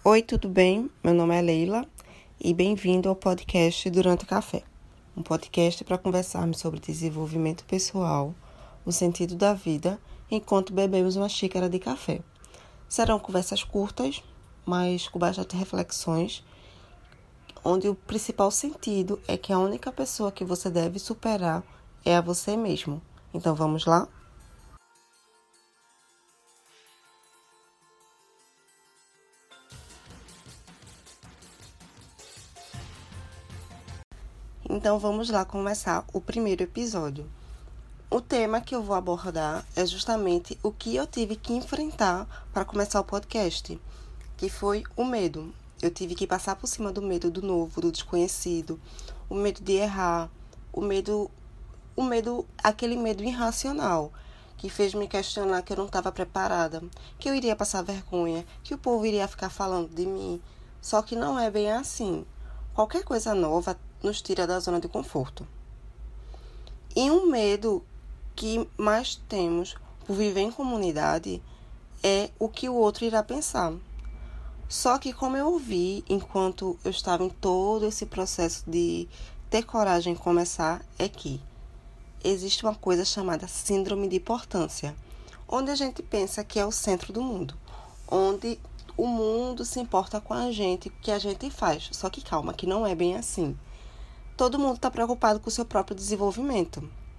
Oi, tudo bem? Meu nome é Leila e bem-vindo ao podcast Durante o Café, um podcast para conversarmos sobre desenvolvimento pessoal, o sentido da vida, enquanto bebemos uma xícara de café. Serão conversas curtas, mas com bastante reflexões, onde o principal sentido é que a única pessoa que você deve superar é a você mesmo. Então vamos lá? Então vamos lá começar o primeiro episódio. O tema que eu vou abordar é justamente o que eu tive que enfrentar para começar o podcast, que foi o medo. Eu tive que passar por cima do medo do novo, do desconhecido, o medo de errar, aquele medo irracional, que fez me questionar que eu não estava preparada, que eu iria passar vergonha, que o povo iria ficar falando de mim. Só que não é bem assim. Qualquer coisa nova nos tira da zona de conforto. E um medo que mais temos por viver em comunidade é o que o outro irá pensar. Só que como eu ouvi enquanto eu estava em todo esse processo de ter coragem de começar, é que existe uma coisa chamada síndrome de importância, onde a gente pensa que é o centro do mundo, onde o mundo se importa com a gente, o que a gente faz. Só que calma, que não é bem assim. Todo mundo está preocupado com o seu próprio desenvolvimento.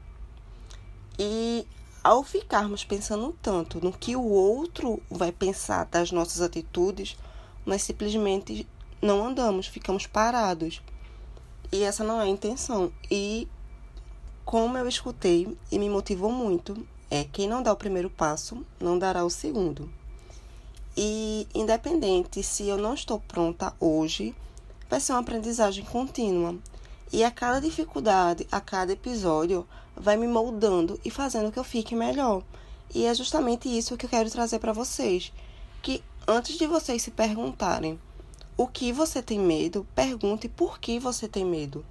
E ao ficarmos pensando tanto no que o outro vai pensar das nossas atitudes, nós simplesmente não andamos, ficamos parados. E essa não é a intenção. E como eu escutei e me motivou muito, é quem não dá o primeiro passo, não dará o segundo. E independente se eu não estou pronta hoje, vai ser uma aprendizagem contínua. E a cada dificuldade, a cada episódio, vai me moldando e fazendo que eu fique melhor. E é justamente isso que eu quero trazer para vocês. Que antes de vocês se perguntarem o que você tem medo, pergunte por que você tem medo.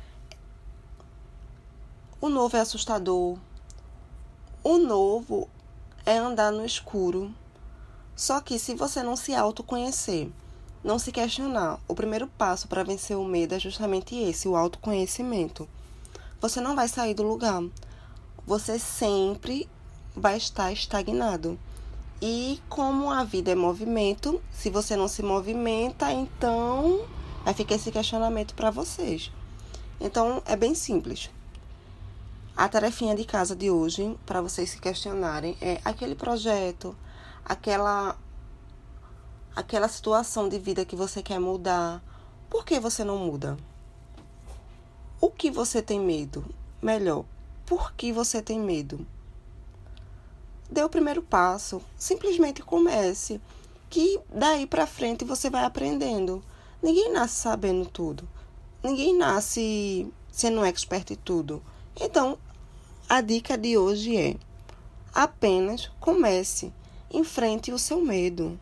O novo é assustador. O novo é andar no escuro. Só que se você não se autoconhecer, não se questionar, o primeiro passo para vencer o medo é justamente esse, o autoconhecimento. Você não vai sair do lugar. Você sempre vai estar estagnado. E como a vida é movimento, se você não se movimenta, então vai ficar esse questionamento para vocês. Então é bem simples. A tarefinha de casa de hoje, para vocês se questionarem, é aquele projeto, aquela situação de vida que você quer mudar. Por que você não muda? O que você tem medo? Melhor, por que você tem medo? Dê o primeiro passo, simplesmente comece, que daí para frente você vai aprendendo. Ninguém nasce sabendo tudo. Ninguém nasce sendo expert em tudo. Então, a dica de hoje é: apenas comece, enfrente o seu medo.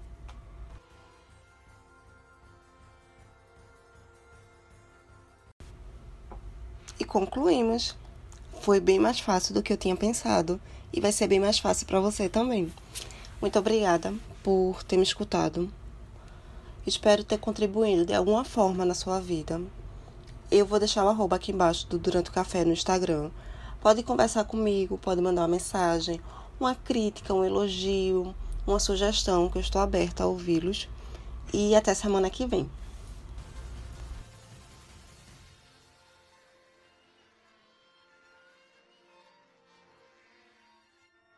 E concluímos. Foi bem mais fácil do que eu tinha pensado e vai ser bem mais fácil para você também. Muito obrigada por ter me escutado. Espero ter contribuído de alguma forma na sua vida. Eu vou deixar o arroba aqui embaixo do Durante o Café no Instagram. Pode conversar comigo, pode mandar uma mensagem, uma crítica, um elogio, uma sugestão, que eu estou aberta a ouvi-los. E até semana que vem.